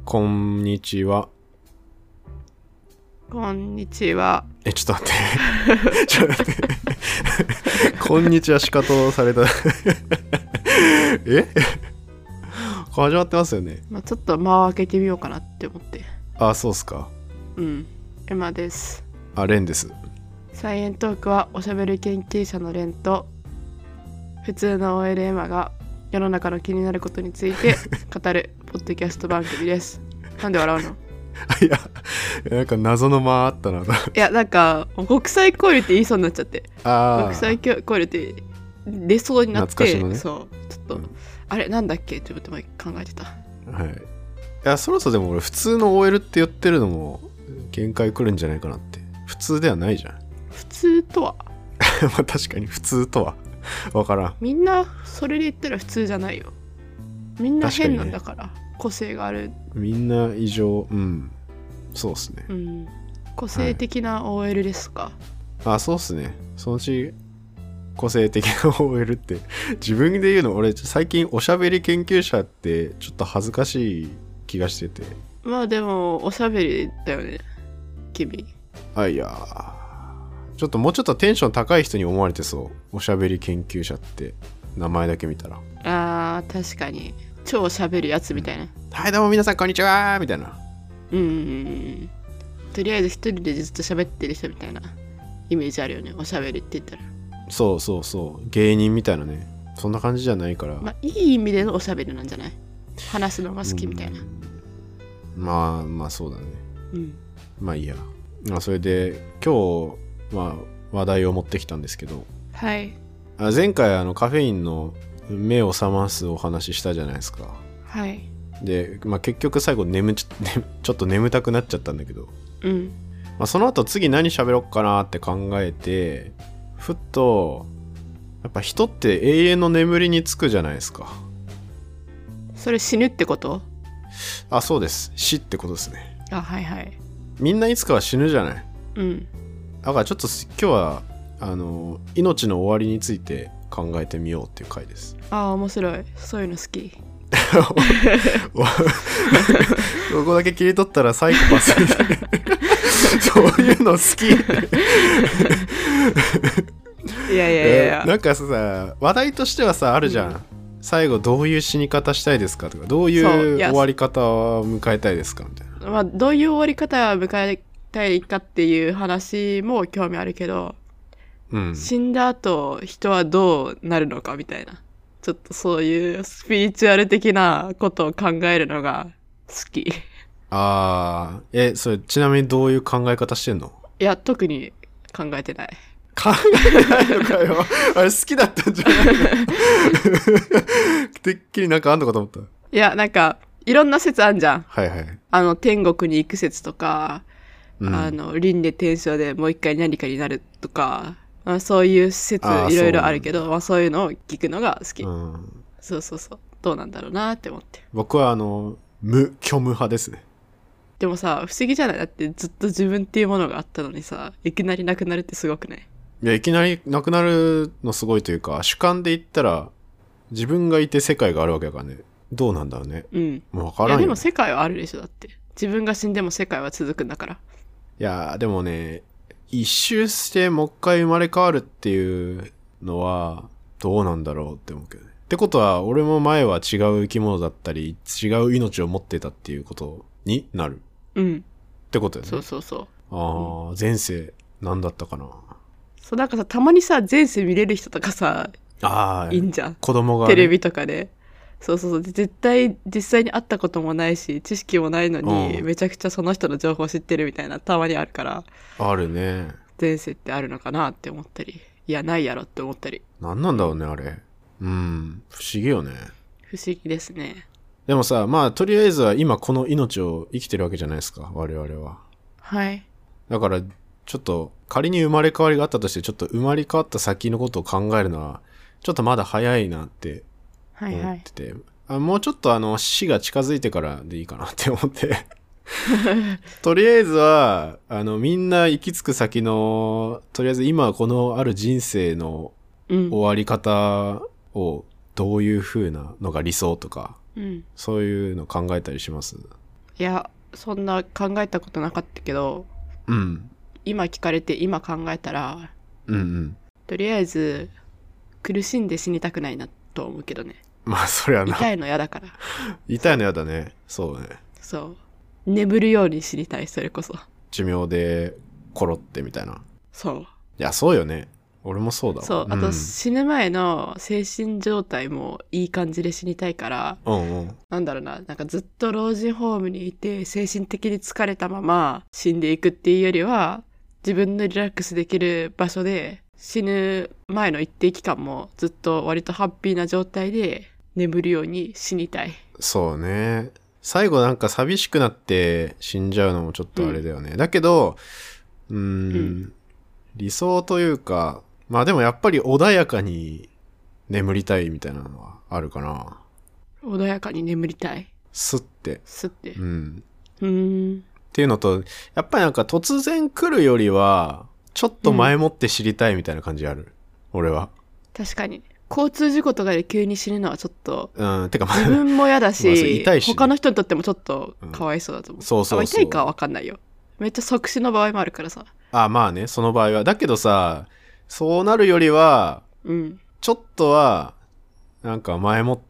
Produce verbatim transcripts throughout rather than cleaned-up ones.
こんにちは。 こんにちは。 え、ちょっと待って。ちょっと待って。こんにちはしかとされた。え始まってますよね。 まあ、ちょっと間を開けてみようかなって思って。 あ、そうっすか。 うん。エマです。 あ、レンです。 サイエントークはおしゃべり研究者のレンと普通の オーエル エマが世の中の気になることについて語るポッドキャスト番組です。なんで笑うの？ いや、なんか謎の間あったな。 いや、なんか国際交流って言いそうになっちゃって。 あ国際交流って出そうになって、 懐かしのね、 そうちょっと、 うん、 あれなんだっけって思って考えてた。 はい。いや、そろそろでも俺普通の オーエル って言ってるのも限界来るんじゃないかなって。普通ではないじゃん。 普通とはまあ確かに普通とは分からん。 みんなそれで言ったら普通じゃないよ。みんな変なんだから、ね、個性がある。 みんな異常。うん、そうっすね、 うん、個性的な オーエル ですか、 はい、あ、そうっすね。そのうち個性的な オーエル って自分で言うの俺最近おしゃべり研究者ってちょっと恥ずかしい気がしてて。 まあでもおしゃべりだよね君。 あ、いやちょっともうちょっとテンション高い人に思われてそう。おしゃべり研究者って名前だけ見たら。 あー確かに超しゃべるやつみたいな、うん、 はいどうも皆さんこんにちはみたいな。 うんうんうん。とりあえず一人でずっと喋ってる人みたいなイメージあるよね、おしゃべりって言ったら。 そうそうそう、芸人みたいなね。そんな感じじゃないから、 まあいい意味でのおしゃべりなんじゃない？話すのが好きみたいな。 まあまあそうだね、 うん、 まあいいや。まあそれで今日、まあ、話題を持ってきたんですけど、 はい。 あ前回あのカフェインの目を覚ますお話したじゃないですか。 はい。 で、まあ、結局最後眠ち、ね、ちょっと眠たくなっちゃったんだけど、 うんまあ、その後次何喋ろっかなって考えて、ふっとやっぱ人って永遠の眠りにつくじゃないですか。 それ死ぬってこと？ あ、そうです、死ってことですね。 あ、はいはい。 みんないつかは死ぬじゃない。 うん。 だからちょっと今日はあの命の終わりについて考えてみようっていう回です。 ああ面白い、そういうの好き。 ここだけ切り取ったらサイコパスみたいな。そういうの好き。 いやいやいやいや、 なんかさ話題としてはさあるじゃん、うん、最後どういう死に方したいですかとか、どういう終わり方を迎えたいですかみたいな。 まあどういう終わり方を迎えたいかっていう話も興味あるけど、うん、死んだ後人はどうなるのかみたいな、ちょっとそういうスピリチュアル的なことを考えるのが好き。 あー、え、それちなみにどういう考え方してんの？ いや特に考えてない。 考えてないのかよ。あれ好きだったんじゃないの？てっきりなんかあんのかと思った。 いやなんかいろんな説あんじゃん。 はいはい。 あの天国に行く説とか、うん、あの輪廻転生でもう一回何かになるとか、まあ、そういう説いろいろあるけど、そう、まあ、そういうのを聞くのが好き、うん、そうそうそう、どうなんだろうなって思って。 僕はあの無虚無派ですね。 でもさ不思議じゃない？だってずっと自分っていうものがあったのにさ、いきなりなくなるってすごくない？ いやいきなりなくなるのすごいというか、主観で言ったら自分がいて世界があるわけだからね。どうなんだろうね。 うん。 もう分からんよ。 いやでも世界はあるでしょ。だって自分が死んでも世界は続くんだから。 いやでもね、一周してもう一回生まれ変わるっていうのはどうなんだろうって思うけどね。ってことは俺も前は違う生き物だったり違う命を持ってたっていうことになる。 うん。 ってことよね。 そうそうそう。 ああ、うん、前世何だったかな。 そうなんかさ、たまにさ前世見れる人とかさ、 ああ、 いいんじゃん。 子供が、ね、 テレビとかで。そうそうそう。で絶対実際に会ったこともないし知識もないのに、うん、めちゃくちゃその人の情報知ってるみたいなたまにあるから。 あるね。 前世ってあるのかなって思ったり、いやないやろって思ったり。 何なんだろうねあれ。うん、不思議よね。 不思議ですね。 でもさ、まあとりあえずは今この命を生きてるわけじゃないですか我々は。 はい。 だからちょっと仮に生まれ変わりがあったとして、ちょっと生まれ変わった先のことを考えるのはちょっとまだ早いなって思ってて、はいはい、あもうちょっとあの死が近づいてからでいいかなって思ってとりあえずはあのみんな行き着く先の、とりあえず今このある人生の終わり方をどういう風なのが理想とか、うん、そういうの考えたりします？ いや、そんな考えたことなかったけど、 うん。 今聞かれて今考えたら、 うんうん。 とりあえず苦しんで死にたくないなと思うけどね。 まあそれはな。 痛いの嫌だから。 痛いの嫌だね。そうね。 そう。眠るように死にたい、それこそ。 寿命でコロってみたいな。 そう。 いや、そうよね。俺もそうだわ。 そう。あと、 うん、 死ぬ前の精神状態もいい感じで死にたいから、 うんうん。 なんだろうな、なんかずっと老人ホームにいて、精神的に疲れたまま死んでいくっていうよりは、自分のリラックスできる場所で、死ぬ前の一定期間もずっと割とハッピーな状態で眠るように死にたい。 そうね。最後なんか寂しくなって死んじゃうのもちょっとあれだよね。うん、だけど、うーん、うん、理想というか、まあでもやっぱり穏やかに眠りたいみたいなのはあるかな。 穏やかに眠りたい。 すって。 すって。 うん。 うーん。 っていうのと、やっぱりなんか突然来るよりは、ちょっと前もって知りたいみたいな感じある。うん、俺は。 確かに。交通事故とかで急に死ぬのはちょっと、 うん、てか自分も嫌だし、まあ、 痛いしね、 他の人にとってもちょっとかわいそうだと思う。うん、そうそうそう。痛いかはわかんないよ。めっちゃ即死の場合もあるからさ。 あ、まあね、その場合は。だけどさ、そうなるよりは、 うん、 ちょっとは、なんか前もって、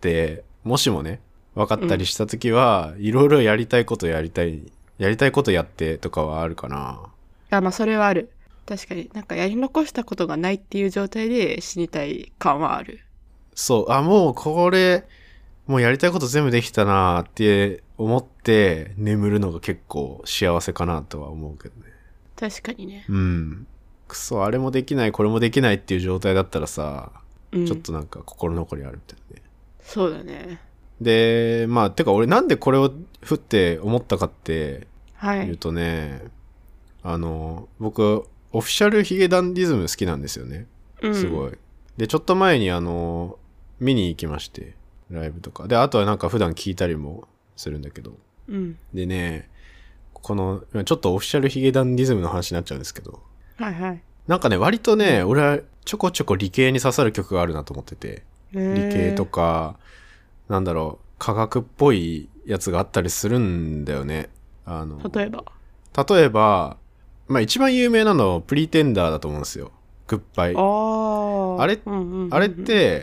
もしもね、分かったりしたときは、いろいろやりたいことやりたい、やりたいことやってとかはあるかな。 あ、まあそれはある。確かになんかやり残したことがないっていう状態で死にたい感はある。 そう、あ、もうこれ、もうやりたいこと全部できたなって思って眠るのが結構幸せかなとは思うけどね。 確かにね。 うん。くそ、あれもできない、これもできないっていう状態だったらさ、うん、ちょっとなんか心残りあるみたいなね。 そうだね。 で、まあ、てか俺なんでこれをふって思ったかって言うとね、 はい、 あの、僕、オフィシャルヒゲダンディズム好きなんですよね。すごい。うん、で、ちょっと前にあの、見に行きまして、ライブとか。で、あとはなんか普段聞いたりもするんだけど。 うん、 でね、この、ちょっとオフィシャルヒゲダンディズムの話になっちゃうんですけど。 はいはい。 なんかね、割とね、俺はちょこちょこ理系に刺さる曲があるなと思ってて。理系とか、なんだろう、科学っぽいやつがあったりするんだよね。あの、 例えば例えば、まあ一番有名なのはプリテンダーだと思うんですよ。グッバイ。 ああれ、うんうんうん、あれって、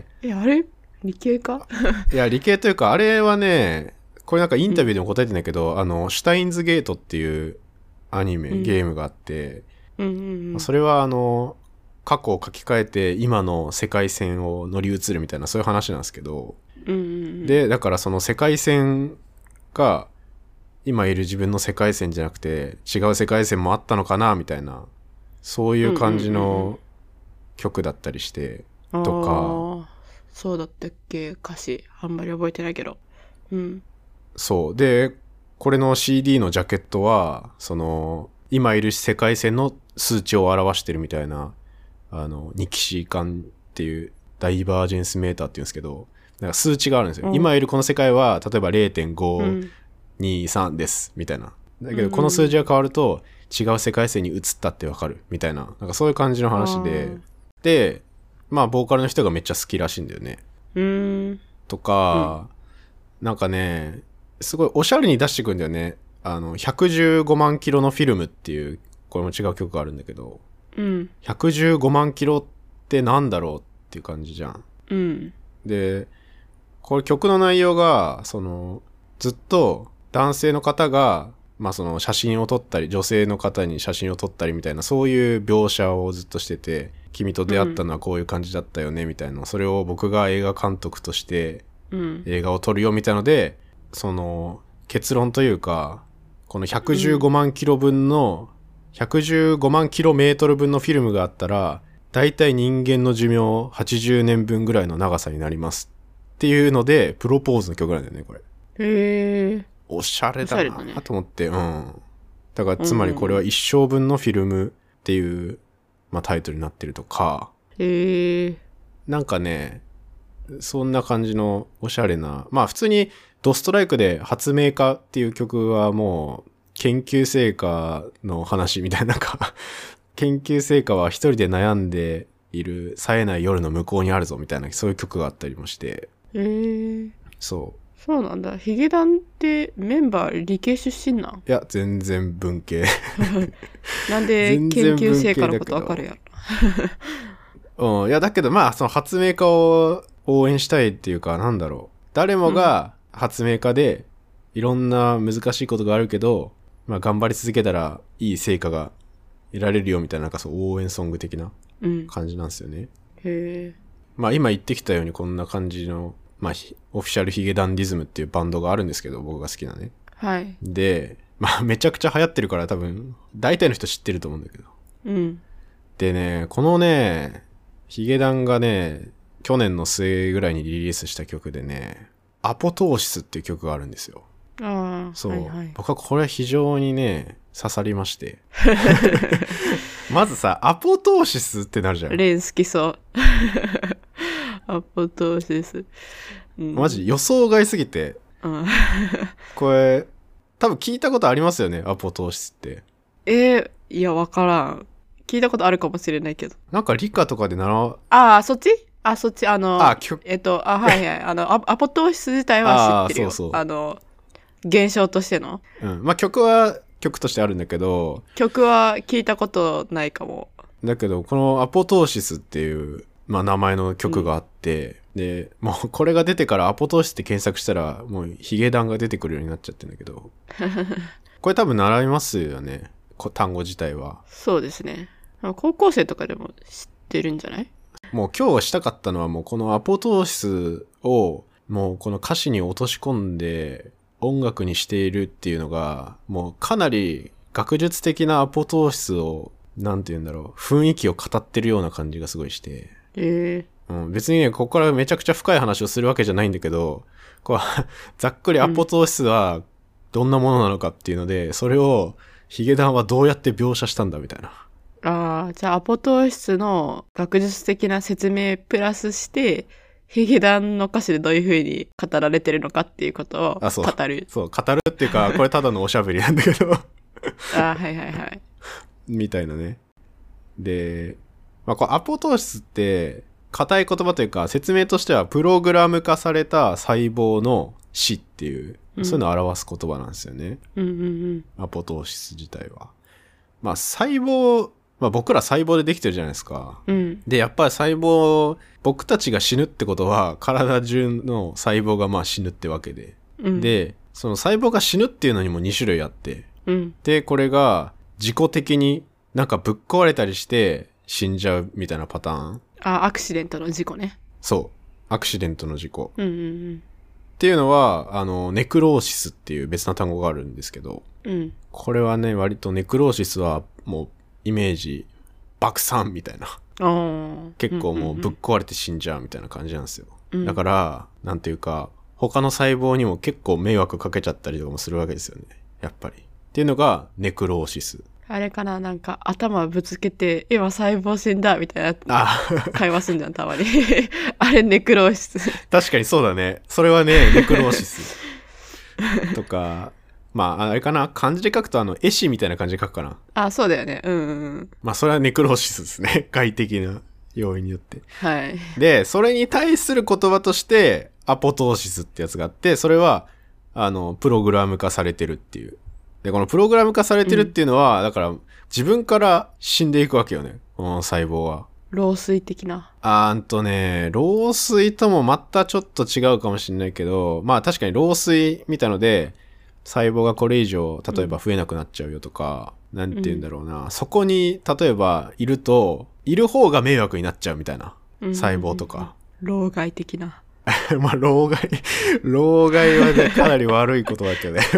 え、あれ理系かいや、理系というか、あれはね、これなんかインタビューでも答えてないけど、うん、あの、シュタインズゲートっていうアニメ、うん、ゲームがあって、 うんうんうん、 それはあの、過去を書き換えて今の世界線を乗り移るみたいなそういう話なんですけど、 うんうんうん、 で、だからその世界線が今いる自分の世界線じゃなくて違う世界線もあったのかなみたいなそういう感じの曲だったりしてとか、うんうんうん、そうだったっけ歌詞あんまり覚えてないけど、うん、 そうでこれの シーディー のジャケットはその今いる世界線の数値を表してるみたいなあのニキシー管っていうダイバージェンスメーターっていうんですけどなんか数値があるんですよ、うん、今いるこの世界は例えば れいてんごにさん ですみたいなだけどこの数字が変わると違う世界線に移ったってわかるみたいななんかそういう感じの話ででまあボーカルの人がめっちゃ好きらしいんだよねうんとか、うん、なんかねすごいおしゃれに出してくるんだよねあのひゃくじゅうごまんキロのフィルムっていうこれも違う曲があるんだけど、 うん、 ひゃくじゅうごまんキロってなんだろうっていう感じじゃん、 うん、 でこれ曲の内容がそのずっと男性の方がまあその写真を撮ったり女性の方に写真を撮ったりみたいなそういう描写をずっとしてて君と出会ったのはこういう感じだったよねみたいな、うん、それを僕が映画監督として映画を撮るよみたいので、うん、その結論というかこのひゃくじゅうごまんキロ分の、うん、ひゃくじゅうごまんキロメートル分のフィルムがあったらだいたい人間の寿命はちじゅうねんぶんぐらいの長さになりますっていうのでプロポーズの曲なんだよねこれ。 へーおしゃれだなと思って、ね、うんだからつまりこれは一生分のフィルムっていう、うんうんまあ、タイトルになってるとかへーなんかねそんな感じのおしゃれなまあ普通にドストライクで発明家っていう曲はもう研究成果の話みたいなか研究成果は一人で悩んでいる冴えない夜の向こうにあるぞみたいなそういう曲があったりもしてへーそうそうなんだ。ヒゲダンってメンバー理系出身なん？ いや、全然文系。 なんで研究成果のことわかるやろ。うん、いや、だけどまあ、その発明家を応援したいっていうか、なんだろう。誰もが発明家で、いろんな難しいことがあるけど、まあ、頑張り続けたらいい成果が得られるよみたいな、なんかそう応援ソング的な感じなんですよね。 うん、へえ。 まあ、今言ってきたようにこんな感じの、まあ、オフィシャルヒゲダンディズムっていうバンドがあるんですけど、僕が好きなね。 はい。 で、まあ、めちゃくちゃ流行ってるから多分、大体の人知ってると思うんだけど。 うん。でね、このね、ヒゲダンがね、去年の末ぐらいにリリースした曲でね、アポトーシスっていう曲があるんですよ。 ああ、 そう、 はいはい、 僕はこれ非常にね、刺さりまして。まずさ、アポトーシスってなるじゃん。 レン好きそう。アポトーシス。 うん、マジ予想外すぎて。うん、これ、多分聞いたことありますよね、アポトーシスって。 えー、いや、わからん。聞いたことあるかもしれないけど。 なんか理科とかで習う。 ああ、そっちあ、そっち、あの、あえっと、あ、はいはい。あの、アポトーシス自体は知ってるよ。あ、そうそう。あの、現象としての。 うん。まあ曲は曲としてあるんだけど。 曲は聞いたことないかも。 だけど、このアポトーシスっていう、まあ名前の曲があって、うん、で、もうこれが出てからアポトーシスって検索したら、もうヒゲダンが出てくるようになっちゃってるんだけど。これ多分習いますよね。単語自体は。 そうですね。高校生とかでも知ってるんじゃない？ もう今日したかったのはもうこのアポトーシスをもうこの歌詞に落とし込んで音楽にしているっていうのがもうかなり学術的なアポトーシスをなんて言うんだろう雰囲気を語ってるような感じがすごいして、 えーうん、別にねここからめちゃくちゃ深い話をするわけじゃないんだけどこうざっくりアポトーシスはどんなものなのかっていうので、うん、それをヒゲダンはどうやって描写したんだみたいな。 ああ、じゃあアポトーシスの学術的な説明プラスしてヒゲダンの歌詞でどういう風に語られてるのかっていうことを語る。 そうそう語るっていうかこれただのおしゃべりなんだけどああはいはいはいみたいなね。で、まあ、こうアポトーシスって硬い言葉というか説明としてはプログラム化された細胞の死っていう、うん、そういうのを表す言葉なんですよね、 うんうんうん、 アポトーシス自体は。まあ細胞まあ僕ら細胞でできてるじゃないですか。 うん、 で、やっぱり細胞、僕たちが死ぬってことは、体中の細胞がまあ死ぬってわけで。 うん、 で、その細胞が死ぬっていうのにもに種類あって。 うん、 で、これが自己的になんかぶっ壊れたりして死んじゃうみたいなパターン。 あ、アクシデントの事故ね。 そう。アクシデントの事故。 うんうんうん、 っていうのは、あの、ネクローシスっていう別な単語があるんですけど。 うん、 これはね、割とネクローシスはもう、イメージ爆散みたいな結構もうぶっ壊れて死んじゃうみたいな感じなんですよ、うん、だからなんていうか他の細胞にも結構迷惑かけちゃったりとかもするわけですよねやっぱりっていうのがネクローシス。 あれかななんか頭ぶつけて今細胞死んだみたいな会話すんじゃんたまにあれネクローシス確かにそうだねそれはねネクローシスとかまあ、あれかな漢字で書くとあの、絵師みたいな感じで書くかな。 あ、そうだよね。うんうん。 まあ、それはネクローシスですね。外的な要因によって。 はい。 で、それに対する言葉として、アポトーシスってやつがあって、それは、あの、プログラム化されてるっていう。で、このプログラム化されてるっていうのは、うん、だから、自分から死んでいくわけよね。この細胞は。 老衰的な。 あーんとね、老衰ともまたちょっと違うかもしれないけど、まあ確かに老衰みたいので、細胞がこれ以上例えば増えなくなっちゃうよとか、うん、なんて言うんだろうな、うん、そこに例えばいるといる方が迷惑になっちゃうみたいな、うん、細胞とか老害的なまあ老害老害は、ね、かなり悪いことだけどね、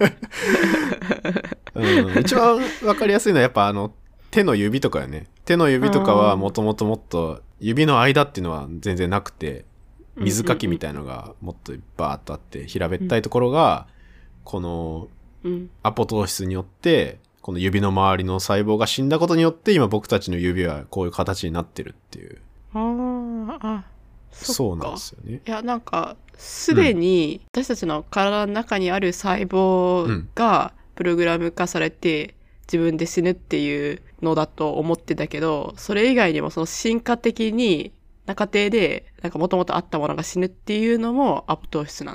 うん、一番わかりやすいのはやっぱあの手の指とかよね。手の指とかはもともともっと指の間っていうのは全然なくて水かきみたいのがもっとバーッとあって平べったいところが、うんこのアポトーシスによってこの指の周りの細胞が死んだことによって今僕たちの指はこういう形になってるっていう。 ああ、 そうなんですよね。 いやなんかすでに私たちの体の中にある細胞がプログラム化されて自分で死ぬっていうのだと思ってたけど、それ以外にもその進化的にな過程でなんかもともとあったものが死ぬっていうのもアポトーシスなんだ。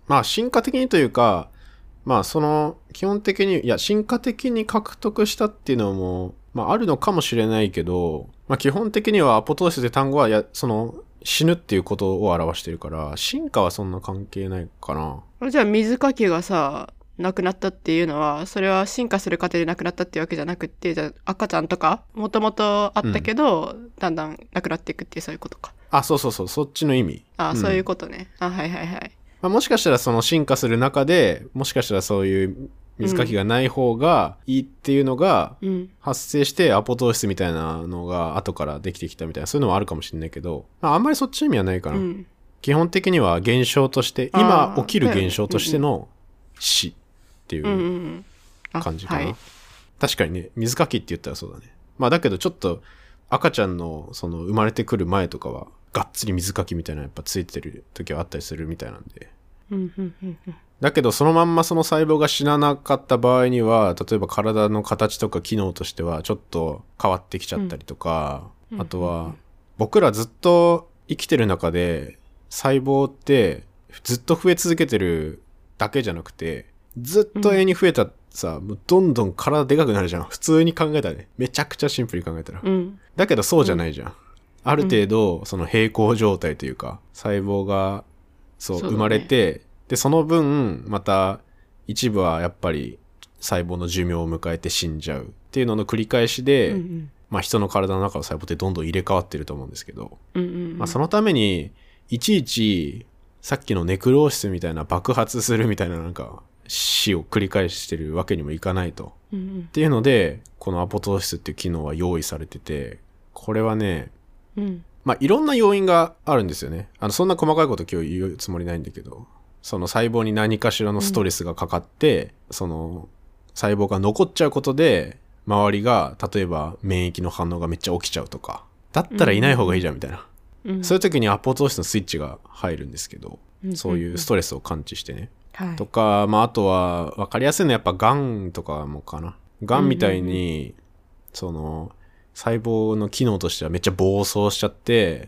まあ進化的にというか、まあその基本的に、いや進化的に獲得したっていうのも、まああるのかもしれないけど、まあ基本的にはアポトーシスって単語は、や、その死ぬっていうことを表してるから、進化はそんな関係ないかな。 じゃあ水かきがさ、なくなったっていうのは、それは進化する過程でなくなったっていうわけじゃなくて、じゃあ赤ちゃんとか、もともとあったけど、うん、だんだんなくなっていくっていうそういうことか。 あ、そうそうそう、そっちの意味。 あ、うん、そういうことね。あ、はいはいはい。 まあ、もしかしたらその進化する中で、もしかしたらそういう水かきがない方がいいっていうのが発生してアポトーシスみたいなのが後からできてきたみたいな、そういうのはあるかもしれないけど、まあ、あんまりそっちの意味はないかな。うん、基本的には現象として、今起きる現象としての死っていう感じかな。うんうんうん、はい、確かにね、水かきって言ったらそうだね。まあだけどちょっと赤ちゃんのその生まれてくる前とかはがっつり水かきみたいなやっぱついてる時はあったりするみたいなんで。だけどそのまんまその細胞が死ななかった場合には、例えば体の形とか機能としてはちょっと変わってきちゃったりとか、うん、あとは僕らずっと生きてる中で細胞ってずっと増え続けてるだけじゃなくて、ずっと永遠に増えたさ、もうどんどん体でかくなるじゃん。普通に考えたらね。めちゃくちゃシンプルに考えたら。うん、だけどそうじゃないじゃん。うん、ある程度、その平行状態というか、細胞が、そう、そう生まれて、で、その分、また、一部はやっぱり細胞の寿命を迎えて死んじゃうっていうのの繰り返しで、うんうん、まあ人の体の中の細胞ってどんどん入れ替わってると思うんですけど、うんうんうん、まあそのために、いちいち、さっきのネクローシスみたいな爆発するみたいななんか、死を繰り返してるわけにもいかないと、うんうん、っていうのでこのアポトーシスっていう機能は用意されてて、これはね、うん、まあいろんな要因があるんですよね。あのそんな細かいこと今日言うつもりないんだけど、その細胞に何かしらのストレスがかかって、うん、その細胞が残っちゃうことで周りが例えば免疫の反応がめっちゃ起きちゃうとか、だったらいない方がいいじゃんみたいな、うん、そういう時にアポトーシスのスイッチが入るんですけど、うん、そういうストレスを感知してね、はい、とか、まあ、あとは、わかりやすいのはやっぱ癌とかもかな。癌みたいに、うんうんうん、その、細胞の機能としてはめっちゃ暴走しちゃって、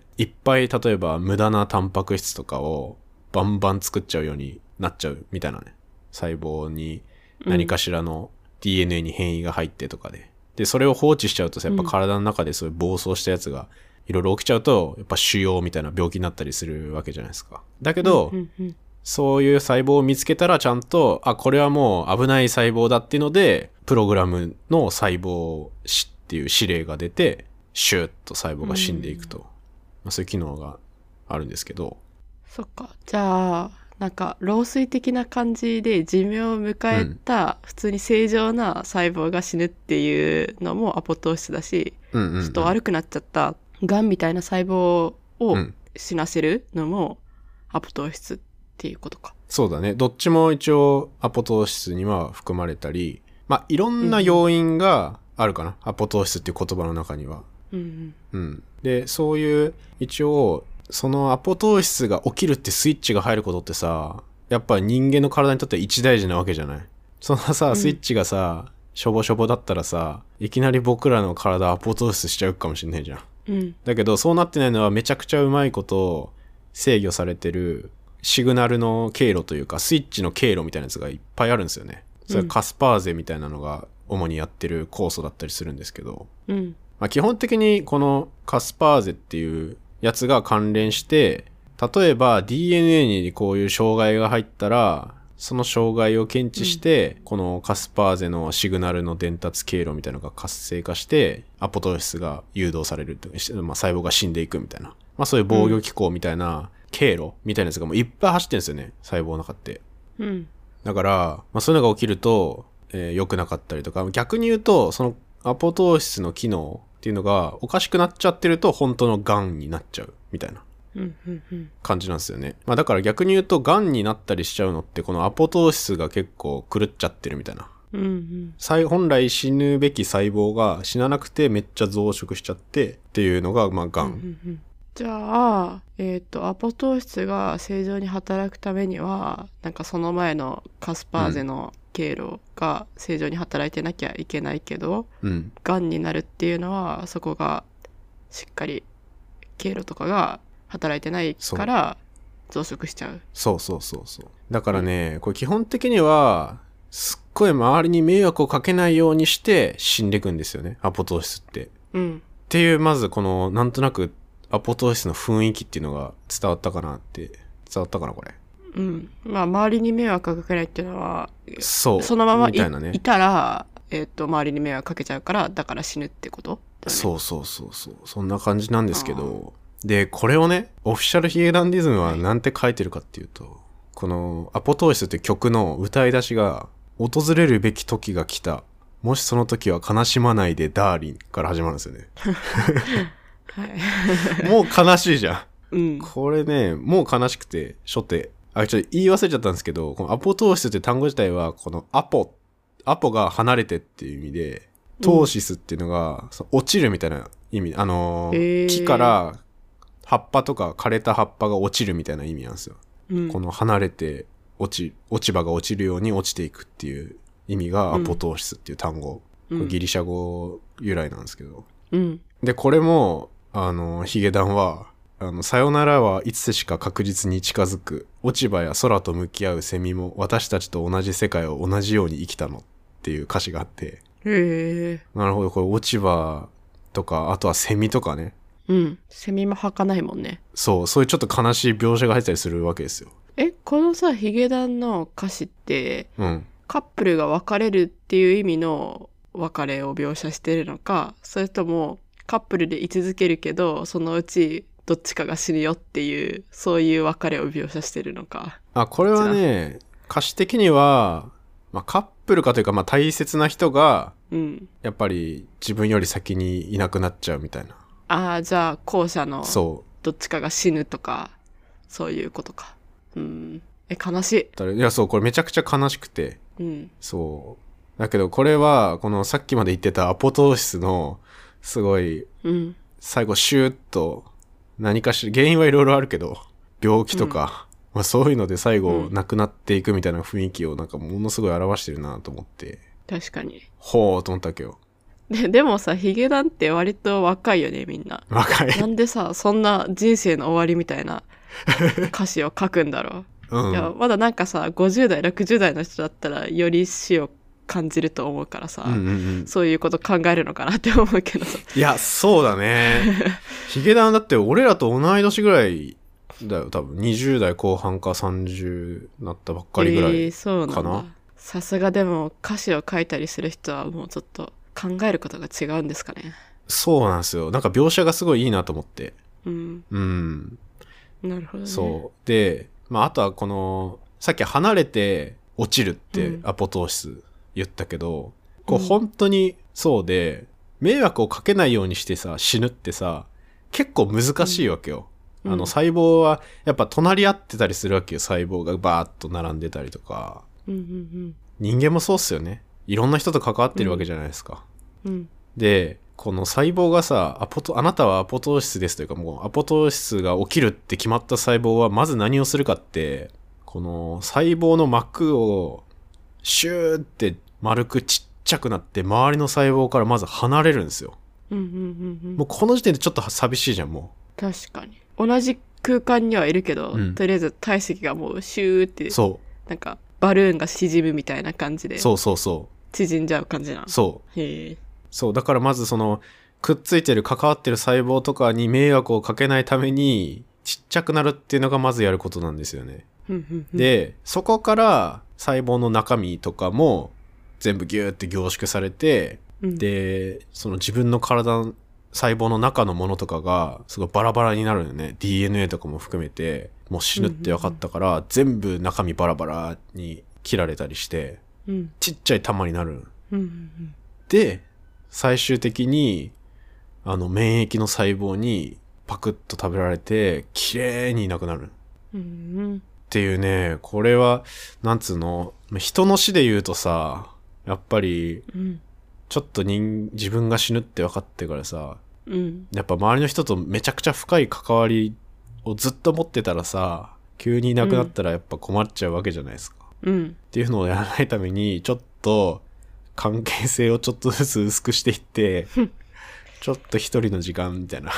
いっぱい例えば無駄なタンパク質とかをバンバン作っちゃうようになっちゃうみたいなね。細胞に何かしらの ディーエヌエー に変異が入ってとかで。で、それを放置しちゃうとやっぱ体の中でそういう暴走したやつがいろいろ起きちゃうと、やっぱ腫瘍みたいな病気になったりするわけじゃないですか。だけど、うんうんうん、そういう細胞を見つけたらちゃんと、あ、これはもう危ない細胞だっていうので、プログラムの細胞死っていう指令が出て、シューッと細胞が死んでいくと。うん、まあ、そういう機能があるんですけど。 そっか。じゃあ、なんか、老衰的な感じで寿命を迎えた、普通に正常な細胞が死ぬっていうのもアポトーシスだし、うんうんうん、ちょっと悪くなっちゃった癌みたいな細胞を死なせるのもアポトーシスっていうことか。 そうだね。どっちも一応アポトーシスには含まれたり、まあいろんな要因があるかな、うん、アポトーシスっていう言葉の中には、うんうんうん、でそういう一応そのアポトーシスが起きるってスイッチが入ることってさ、やっぱ人間の体にとっては一大事なわけじゃない。そのさスイッチがさ、うん、しょぼしょぼだったらさ、いきなり僕らの体アポトーシスしちゃうかもしんないじゃん、うん、だけどそうなってないのはめちゃくちゃうまいこと制御されてるシグナルの経路というかスイッチの経路みたいなやつがいっぱいあるんですよね。それカスパーゼみたいなのが主にやってる酵素だったりするんですけど、うん、まあ、基本的にこのカスパーゼっていうやつが関連して、例えば ディーエヌエー にこういう障害が入ったらその障害を検知して、うん、このカスパーゼのシグナルの伝達経路みたいなのが活性化してアポトーシスが誘導されるという、まあ、細胞が死んでいくみたいな、まあ、そういう防御機構みたいな経路みたいなやつがもういっぱい走ってるんですよね、細胞の中って、うん、だから、まあ、そういうのが起きると、えー、良くなかったりとか、逆に言うとそのアポトーシスの機能っていうのがおかしくなっちゃってると本当の癌になっちゃうみたいな感じなんですよね。まあだから逆に言うと癌になったりしちゃうのってこのアポトーシスが結構狂っちゃってるみたいな、うんうん、本来死ぬべき細胞が死ななくてめっちゃ増殖しちゃってっていうのがまあ癌、うんうんうん、 じゃあ、えっとアポトーシスが正常に働くためにはなんかその前のカスパーゼの経路が正常に働いてなきゃいけないけど、うん、癌になるっていうのはそこがしっかり経路とかが働いてないから増殖しちゃう。 そうそうそうそう。だからね、うん、これ基本的にはすっごい周りに迷惑をかけないようにして死んでいくんですよね、アポトーシスって。 うん。 っていうまずこのなんとなくアポトーシスの雰囲気っていうのが伝わったかなって伝わったかなこれ。 うん。まあ周りに迷惑かけないっていうのは、 そうそのまま い, みたいな、ね、 いたら、えっ、ー、と周りに迷惑かけちゃうからだから死ぬってこと、ね、 そうそうそうそうそんな感じなんですけど、でこれをねオフィシャルヒゲダンディズムはなんて書いてるかっていうと、はい、このアポトーシスって曲の歌い出しが訪れるべき時が来た、もしその時は悲しまないでダーリンから始まるんですよね。はい、もう悲しいじゃん、うん、これねもう悲しくて初手あちょっと言い忘れちゃったんですけど、このアポトーシスって単語自体はこのアポアポが離れてっていう意味で、トーシスっていうのが、うん、落ちるみたいな意味、あのー、木から葉っぱとか枯れた葉っぱが落ちるみたいな意味なんですよ、うん、この離れて落ち落ち葉が落ちるように落ちていくっていう意味がアポトーシスっていう単語、うん、これギリシャ語由来なんですけど、うん、でこれもあのヒゲダンはあのさよならはいつしか確実に近づく、落ち葉や空と向き合うセミも私たちと同じ世界を同じように生きたのっていう歌詞があって、 へー、 なるほど、これ落ち葉とかあとはセミとかね、 うん、セミも儚かないもんね。 そうそういうちょっと悲しい描写が入ったりするわけですよ。 えこのさヒゲダンの歌詞って、 うん、 カップルが別れるっていう意味の別れを描写してるのか、それともカップルで居続けるけどそのうちどっちかが死ぬよっていうそういう別れを描写してるのか。 あこれはね歌詞的には、まあ、カップルかというか、まあ、大切な人が、うん、やっぱり自分より先にいなくなっちゃうみたいな。 ああじゃあ後者のそうどっちかが死ぬとかそういうことか。うんえ悲しい。 いやそうこれめちゃくちゃ悲しくて、 うん、 そうだけどこれはこのさっきまで言ってたアポトーシスのすごい、うん、最後シューッと何かしら原因はいろいろあるけど病気とか、うんまあ、そういうので最後亡くなっていくみたいな雰囲気をなんかものすごい表してるなと思って、 確かにほーと思ったわけど、 で, でもさヒゲダンって割と若いよねみんな。 若い。 なんでさそんな人生の終わりみたいな歌詞を書くんだろう、うん、いやまだなんかさごじゅう代ろくじゅう代の人だったらより死を感じると思うからさ、うんうんうん、そういうこと考えるのかなって思うけどさ。 いやそうだねヒゲダンだって俺らと同い年ぐらいだよ多分。にじゅう代後半かさんじゅうなったばっかりぐらいかな、えー、そうなんだ。 さすがでも歌詞を書いたりする人はもうちょっと考えることが違うんですかね。 そうなんですよ。なんか描写がすごいいいなと思って。 うん、 うん、 なるほどね。 そうで、まあ、あとはこのさっき離れて落ちるってアポトーシス言ったけど、うん、こう本当にそうで、迷惑をかけないようにしてさ死ぬってさ結構難しいわけよ、うん、あの細胞はやっぱ隣り合ってたりするわけよ。細胞がバーッと並んでたりとか、 うんうんうん、 人間もそうっすよね。いろんな人と関わってるわけじゃないですか、 うんうん、 でこの細胞がさアポトあなたはアポトーシスですというか、もうアポトーシスが起きるって決まった細胞はまず何をするかって、この細胞の膜をシューって丸くちっちゃくなって周りの細胞からまず離れるんですよ、 うんうんうんうん、 もうこの時点でちょっと寂しいじゃん。もう確かに同じ空間にはいるけど、うん、とりあえず体積がもうシューってそうなんかバルーンが縮むみたいな感じで、 そうそうそう縮んじゃう感じなの。 そうへえ。 そうだからまずそのくっついてる関わってる細胞とかに迷惑をかけないためにちっちゃくなるっていうのがまずやることなんですよね。でそこから細胞の中身とかも全部ギューって凝縮されて、うん、でその自分の体の細胞の中のものとかがすごいバラバラになるよね。 ディーエヌエー とかも含めてもう死ぬって分かったから、うんうんうん、全部中身バラバラに切られたりして、うん、ちっちゃい玉になる、 うんうんうん、 で最終的にあの免疫の細胞にパクッと食べられて綺麗にいなくなる、 うんうん、 っていうね。これはなんつうの、人の死で言うとさやっぱりちょっと人自分が死ぬって分かってからさ、 うん、 やっぱ周りの人とめちゃくちゃ深い関わりをずっと持ってたらさ急にいなくなったらやっぱ困っちゃうわけじゃないですか、 うん、 っていうのをやらないためにちょっと関係性をちょっとずつ薄くしていってちょっと一人の時間みたいな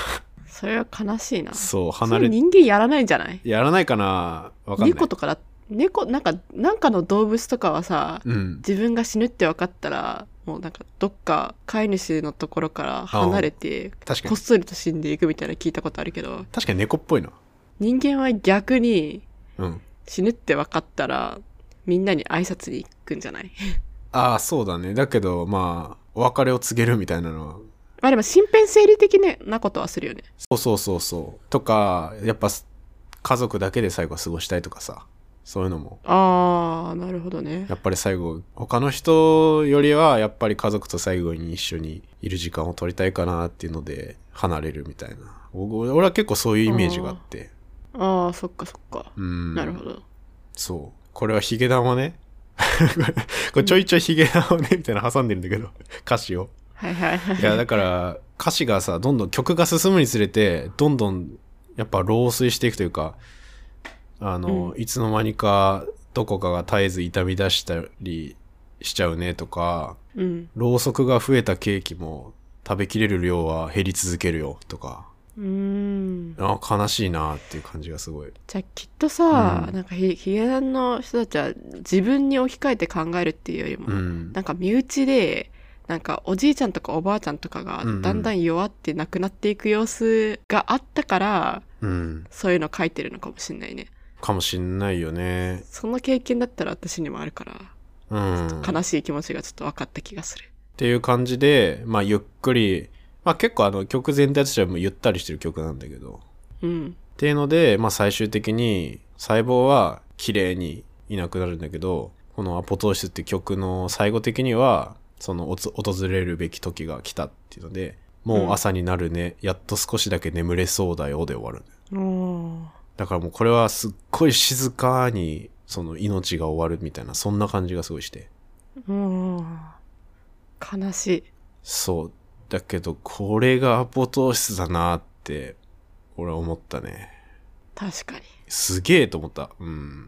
それは悲しいな。 そう離れ人間やらないんじゃない？ やらないかな、わかんない。 猫とかだ猫なんかなんかの動物とかはさ、 うん、 自分が死ぬって分かったらもうなんかどっか飼い主のところから離れてこっそりと死んでいくみたいな聞いたことあるけど、 確かに猫っぽいな。 人間は逆にうん死ぬって分かったらみんなに挨拶に行くんじゃない？ ああそうだね。だけどまあお別れを告げるみたいなのはまあでも身辺整理的なことはするよね。 そうそうそうそうとか、やっぱ家族だけで最後過ごしたいとかさ、そういうのも。 ああなるほどね。 やっぱり最後他の人よりはやっぱり家族と最後に一緒にいる時間を取りたいかなっていうので離れるみたいな。俺は結構そういうイメージがあって。 ああそっかそっか。 うん、 なるほど。 そうこれはヒゲダンをねこれちょいちょいヒゲダンをねみたいな挟んでるんだけど歌詞を。 はいはいはい。 いやだから歌詞がさどんどん曲が進むにつれてどんどんやっぱ漏水していくというか、あの、うん、いつの間にかどこかが絶えず傷み出したりしちゃうねとか、うん、ろうそくが増えたケーキも食べきれる量は減り続けるよとか、うーんあ悲しいなっていう感じがすごい。 じゃあきっとさ、うん、なんかヒゲダンの人たちは自分に置き換えて考えるっていうよりも、うん、なんか身内でなんかおじいちゃんとかおばあちゃんとかがだんだん弱ってなくなっていく様子があったから、うん、そういうの書いてるのかもしんないね。 かもしんないよね。 その経験だったら私にもあるから、うん、ちょっと悲しい気持ちがちょっと分かった気がするっていう感じで、まあゆっくり、まあ結構あの曲全体としてはもうゆったりしてる曲なんだけど、うん、っていうので、まあ最終的に細胞は綺麗にいなくなるんだけど、このアポトーシスって曲の最後的にはその訪れるべき時が来たっていうので、もう朝になるね、うん、やっと少しだけ眠れそうだよで終わる。だからもうこれはすっごい静かにその命が終わるみたいな、そんな感じがすごいして。うん。 悲しい。 そう。だけどこれがアポトーシスだなって俺は思ったね。 確かに。 すげえと思った。うん。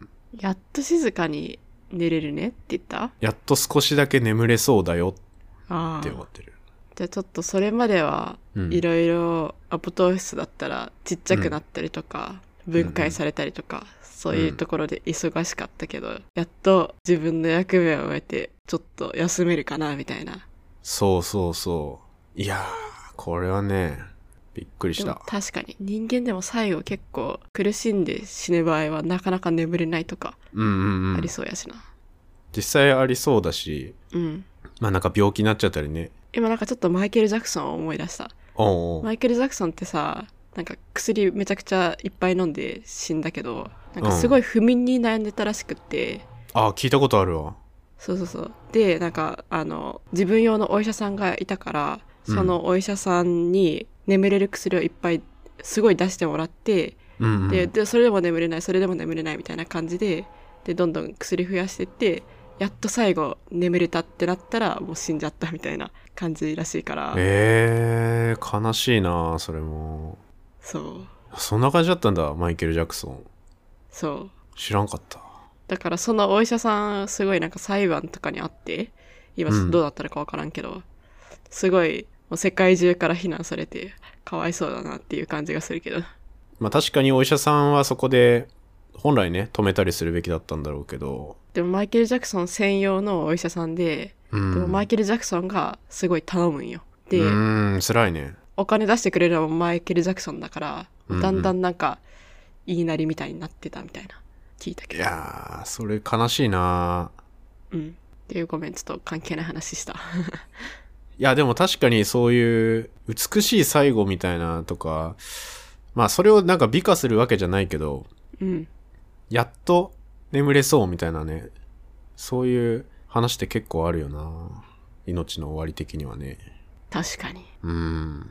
やっと静かに寝れるねって言った？ やっと少しだけ眠れそうだよって思ってる。 じゃあちょっとそれまではいろいろアポトーシスだったらちっちゃくなったりとか、うん、分解されたりとか、うん、そういうところで忙しかったけど、うん、やっと自分の役目を終えてちょっと休めるかなみたいな。 そうそうそう。いやーこれはねびっくりした。 確かに人間でも最後結構苦しんで死ぬ場合はなかなか眠れないとかありそうやしな、うんうんうん、 実際ありそうだし、うん、まあなんか病気になっちゃったりね。 今なんかちょっとマイケル・ジャクソンを思い出した。おうおうマイケル・ジャクソンってさ、なんか薬めちゃくちゃいっぱい飲んで死んだけど、なんかすごい不眠に悩んでたらしくって、 うん、ああ聞いたことあるわ。 そうそうそう。でなんかあの自分用のお医者さんがいたから、そのお医者さんに眠れる薬をいっぱいすごい出してもらって、うんうん、で, でそれでも眠れないそれでも眠れないみたいな感じで、でどんどん薬増やしてって、やっと最後眠れたってなったらもう死んじゃったみたいな感じらしいから。 えー、悲しいなそれも。 そうそんな感じだったんだマイケル・ジャクソン。 そう知らんかった。 だからそのお医者さんすごいなんか裁判とかにあって今どうだったのか分からんけど、うん、すごいもう世界中から非難されてかわいそうだなっていう感じがするけど、 まあ確かにお医者さんはそこで本来ね止めたりするべきだったんだろうけど、 でもマイケル・ジャクソン専用のお医者さんで、うん、でもマイケル・ジャクソンがすごい頼むんよ。で、うーん辛いね。 お金出してくれるのもマイケル・ジャクソンだから、うんうん、だんだんなんか言いなりみたいになってたみたいな聞いたけど。 いやーそれ悲しいな。 うんっていう、ごめんちょっと関係ない話したいやでも確かにそういう美しい最後みたいなとか、まあそれをなんか美化するわけじゃないけど、うん、やっと眠れそうみたいなね、そういう話って結構あるよな。命の終わり的にはね。 確かに。 うん。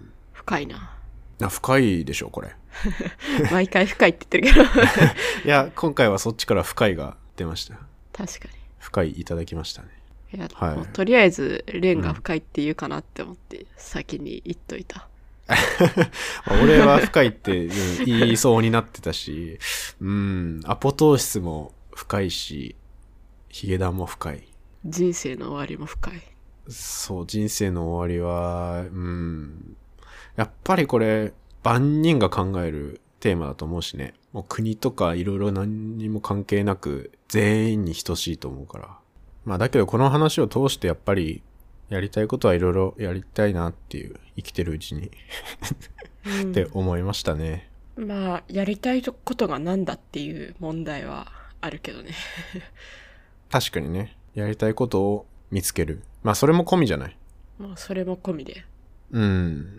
深いな。 な深いでしょこれ。 毎回深いって言ってるけど。 いや今回はそっちから深いが出ました。 確かに。 深いいただきましたね。 いや、はい、とりあえずレンが深いって言うかなって思って先に言っといた。 俺は深いって言いそうになってたし、うん、アポトーシスも深いし、ヒゲダンも深い。 人生の終わりも深い。 そう、人生の終わりは、うん、やっぱりこれ万人が考えるテーマだと思うしね。もう国とかいろいろ何にも関係なく全員に等しいと思うから。まあだけどこの話を通してやっぱりやりたいことはいろいろやりたいなっていう、生きてるうちにって思いましたね。 まあやりたいことがなんだっていう問題はあるけどね。 確かにね。やりたいことを見つける。まあそれも込みじゃない。 まあそれも込みで。 うん。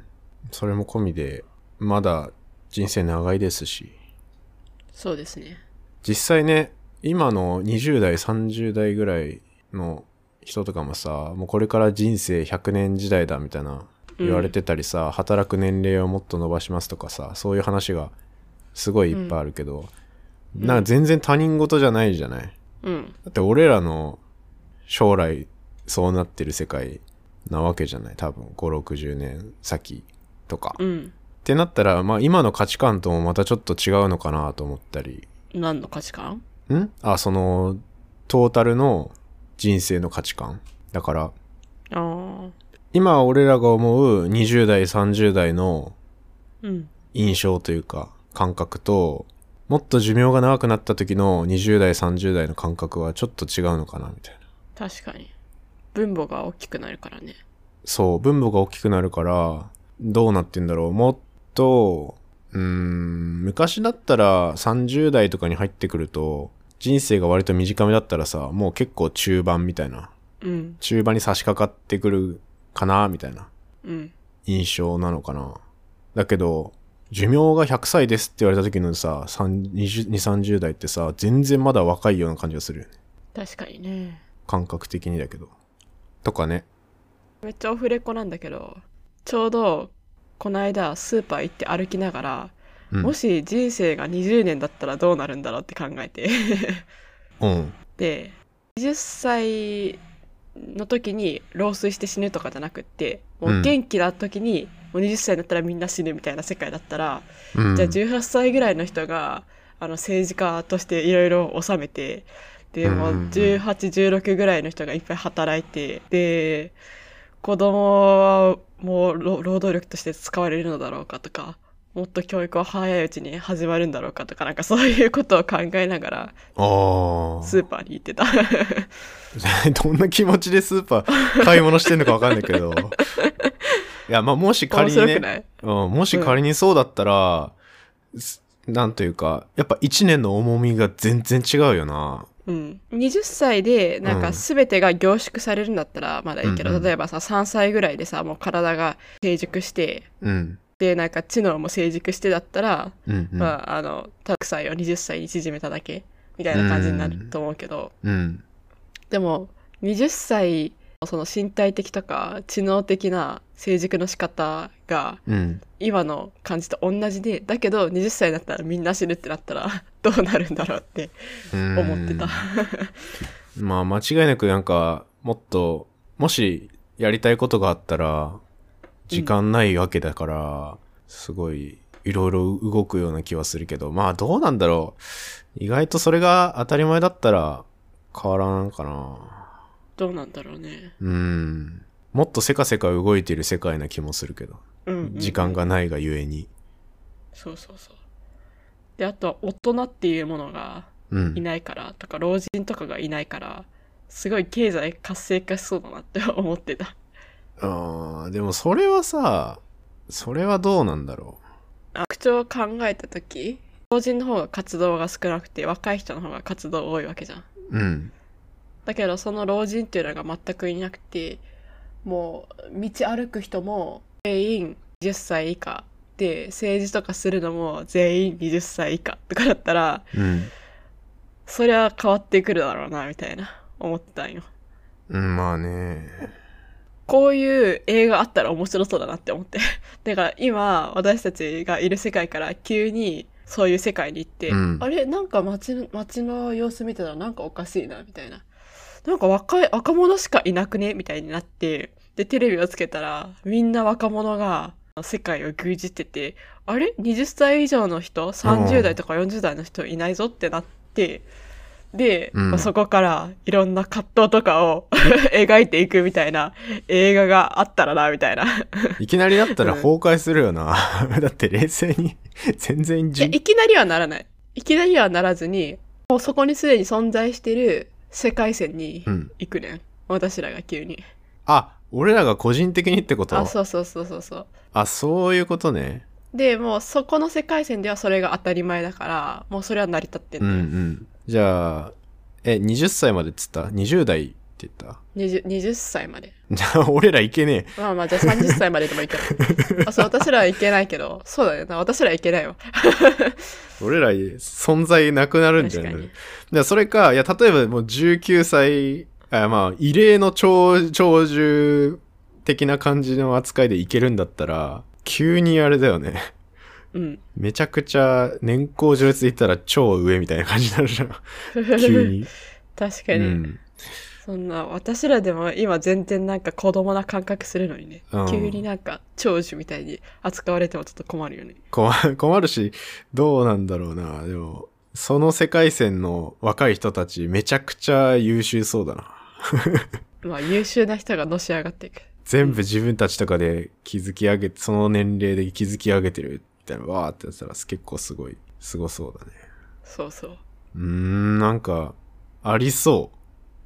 それも込みで、まだ人生長いですし。 そうですね。 実際ね、今のにじゅう代、さんじゅう代ぐらいの人とかもさ、もうこれから人生ひゃくねん時代だみたいな言われてたりさ、うん、働く年齢をもっと伸ばしますとかさ、そういう話がすごいいっぱいあるけど、うん、なんか全然他人事じゃないじゃない。うん、だって俺らの将来そうなってる世界なわけじゃない。多分ご、ろくじゅうねん先とか、うん、ってなったら、まあ今の価値観ともまたちょっと違うのかなと思ったり。 何の価値観？ ん？あ、そのトータルの人生の価値観だから、あ、今俺らが思うにじゅう代さんじゅう代の印象というか感覚と、もっと寿命が長くなった時のにじゅう代さんじゅう代の感覚はちょっと違うのかなみたいな。確かに分母が大きくなるからね。 そう、分母が大きくなるからどうなってんだろう。もっとうーん昔だったらさんじゅう代とかに入ってくると人生が割と短めだったらさ、もう結構中盤みたいな、うん、中盤に差し掛かってくるかなみたいな印象なのかな、うん、だけど寿命がひゃくさいですって言われた時のさにじゅう、さんじゅう代ってさ、全然まだ若いような感じがするよね。 確かにね。 感覚的にだけどとかね。 めっちゃオフレコなんだけど、ちょうどこの間スーパー行って歩きながら、うん、もし人生がにじゅうねんだったらどうなるんだろうって考えて、うん、ではたちの時に老衰して死ぬとかじゃなくって、もう元気な時にもうはたちになったらみんな死ぬみたいな世界だったら、うん、じゃあじゅうはっさいぐらいの人があの政治家としていろいろ治めて、でもうじゅうはち、じゅうろくぐらいの人がいっぱい働いて、で子供はもう労働力として使われるのだろうかとか、もっと教育は早いうちに始まるんだろうかとか、なんかそういうことを考えながらスーパーに行ってた。 どんな気持ちでスーパー買い物してんのか分かんないけどいや、まあもし仮にね、うん、もし仮にそうだったら、うん、なんというかやっぱいちねんの重みが全然違うよな。 うん、はたちでなんか全てが凝縮されるんだったらまだいいけど、うんうん、例えばささんさいぐらいでさもう体が成熟して、うん、でなんか知能も成熟してだったら、うんうん、まああのたくさんをはたちに縮めただけみたいな感じになると思うけど、うんうん、でもはたちその身体的とか知能的な成熟の仕方が今の感じと同じで、だけどはたちになったらみんな死ぬってなったらどうなるんだろうって思ってた。 まあ間違いなくなんかもっともしやりたいことがあったら時間ないわけだから、うん、すごいいろいろ動くような気はするけど、まあどうなんだろう。意外とそれが当たり前だったら変わらんかな。 どうなんだろうね。 うん。もっとせかせか動いてる世界な気もするけど、うんうんうん、時間がないがゆえに。 そうそうそう。であとは大人っていうものがいないから、うん、とか老人とかがいないからすごい経済活性化しそうだなって思ってた。 あーでもそれはさ、それはどうなんだろう。拡張を考えた時、老人の方が活動が少なくて若い人の方が活動多いわけじゃん。うん。だけどその老人っていうのが全くいなくて、もう道歩く人も全員はたち以下で、政治とかするのも全員はたち以下とかだったら、うん、そりゃ変わってくるだろうなみたいな思ってたんよ。 うん、まあね。 こういう映画あったら面白そうだなって思って。だから今私たちがいる世界から急にそういう世界に行って、うん、あれなんか街、街の様子見てたらなんかおかしいなみたいな。なんか若い、若者しかいなくねみたいになって、で、テレビをつけたら、みんな若者が世界を牛耳ってて、あれ ?はたち 歳以上の人 ?さんじゅう 代とかよんじゅう代の人いないぞってなって、 で、うんまあ、そこからいろんな葛藤とかを描いていくみたいな映画があったらなみたいな。 いきなりだったら崩壊するよな、うん、だって冷静に全然じいきなりはならない。いきなりはならずに、もうそこにすでに存在してる世界線に行くねん、うん、私らが急に。 あ、俺らが個人的にってこと？ あ、そうそうそうそうそう。 あ、そういうことね。 でもうそこの世界線ではそれが当たり前だから、もうそれは成り立ってんのよ。 うんうん。じゃあえにじゅっさいまでっつった？ にじゅう 代って言った？ 20, 20歳まで。 じゃあ俺らいけねえ。まあまあじゃあさんじゅっさいまででもいけない。あ、そう私らはいけないけど、そうだよな、私らいけないわ。 俺ら存在なくなるんじゃない？でそれか、いや例えばもうじゅうきゅうさい、あまあ異例の長長寿的な感じの扱いでいけるんだったら、急にあれだよね。うん、めちゃくちゃ年功序列で言ったら超上みたいな感じになるじゃん。急に。 確かに、うん。そんな私らでも今全然なんか子供な感覚するのにね、うん、急になんか長寿みたいに扱われてもちょっと困るよね。 困困るし、どうなんだろうな。でもその世界線の若い人たちめちゃくちゃ優秀そうだな。 まあ優秀な人がのし上がっていく。 全部自分たちとかで築き上げて、その年齢で築き上げてるみたいなわーってやったら結構すごいすごそうだね。 そうそう。 うーん、なんかありそう、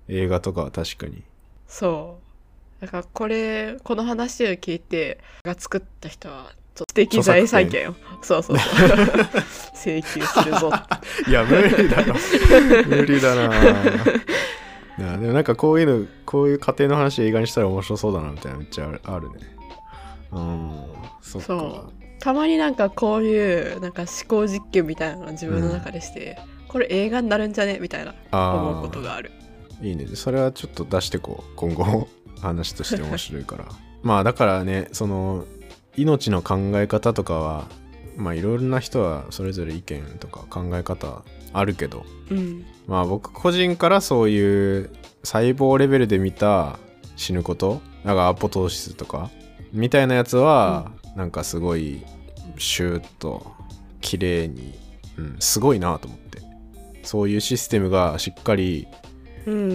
映画とかは確かに。 そうだからこれこの話を聞いてが作った人はちょっと知的財産権をそうそうそう請求するぞ。 いや無理だろ無理だな。いやでもなんかこういうの、こういう家庭の話映画にしたら面白そうだなみたいなめっちゃあるね。うん、そっか。そうたまになんかこういうなんか思考実験みたいなのを自分の中でして、うん、これ映画になるんじゃねみたいな思うことがある。 いいね。それはちょっと出してこう、今後話として面白いから。まあだからね、その命の考え方とかはまあいろいろな人はそれぞれ意見とか考え方あるけど、うん、まあ僕個人からそういう細胞レベルで見た死ぬこと、なんかアポトーシスとかみたいなやつは、うん、なんかすごいシューッと綺麗に、うん、すごいなと思って、そういうシステムがしっかり、うんうん、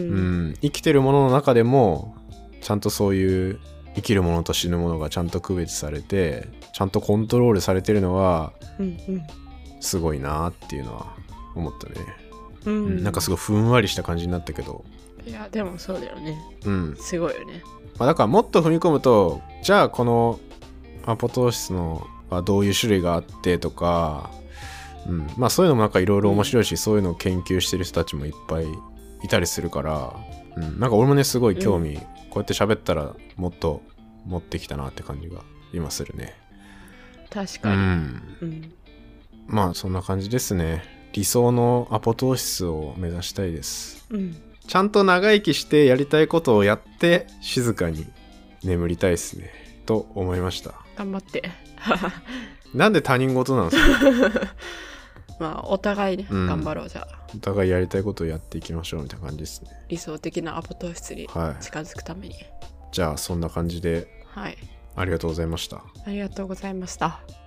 生きてるものの中でもちゃんとそういう生きるものと死ぬものがちゃんと区別されてちゃんとコントロールされてるのは、うんうん、すごいなっていうのは思ったね、うんうん、なんかすごいふんわりした感じになったけど、 いやでもそうだよね、うん、すごいよね、 まあ、だからもっと踏み込むと、じゃあこのアポトーシスのはどういう種類があってとか、うん、まあそういうのもなんかいろいろ面白いし、うん、そういうのを研究してる人たちもいっぱいいたりするから、うん、なんか俺もねすごい興味、うん、こうやって喋ったらもっと持ってきたなって感じが今するね。 確かに、うんうん、 まあそんな感じですね。理想のアポトーシスを目指したいです、うん、ちゃんと長生きしてやりたいことをやって静かに眠りたいですねと思いました。 頑張ってなんで他人事なんですかまあお互いね、うん、頑張ろう。じゃあお互いやりたいことをやっていきましょうみたいな感じですね。 理想的なアポトーシスに近づくために、はい、 じゃあそんな感じで、はい、ありがとうございました。 ありがとうございました。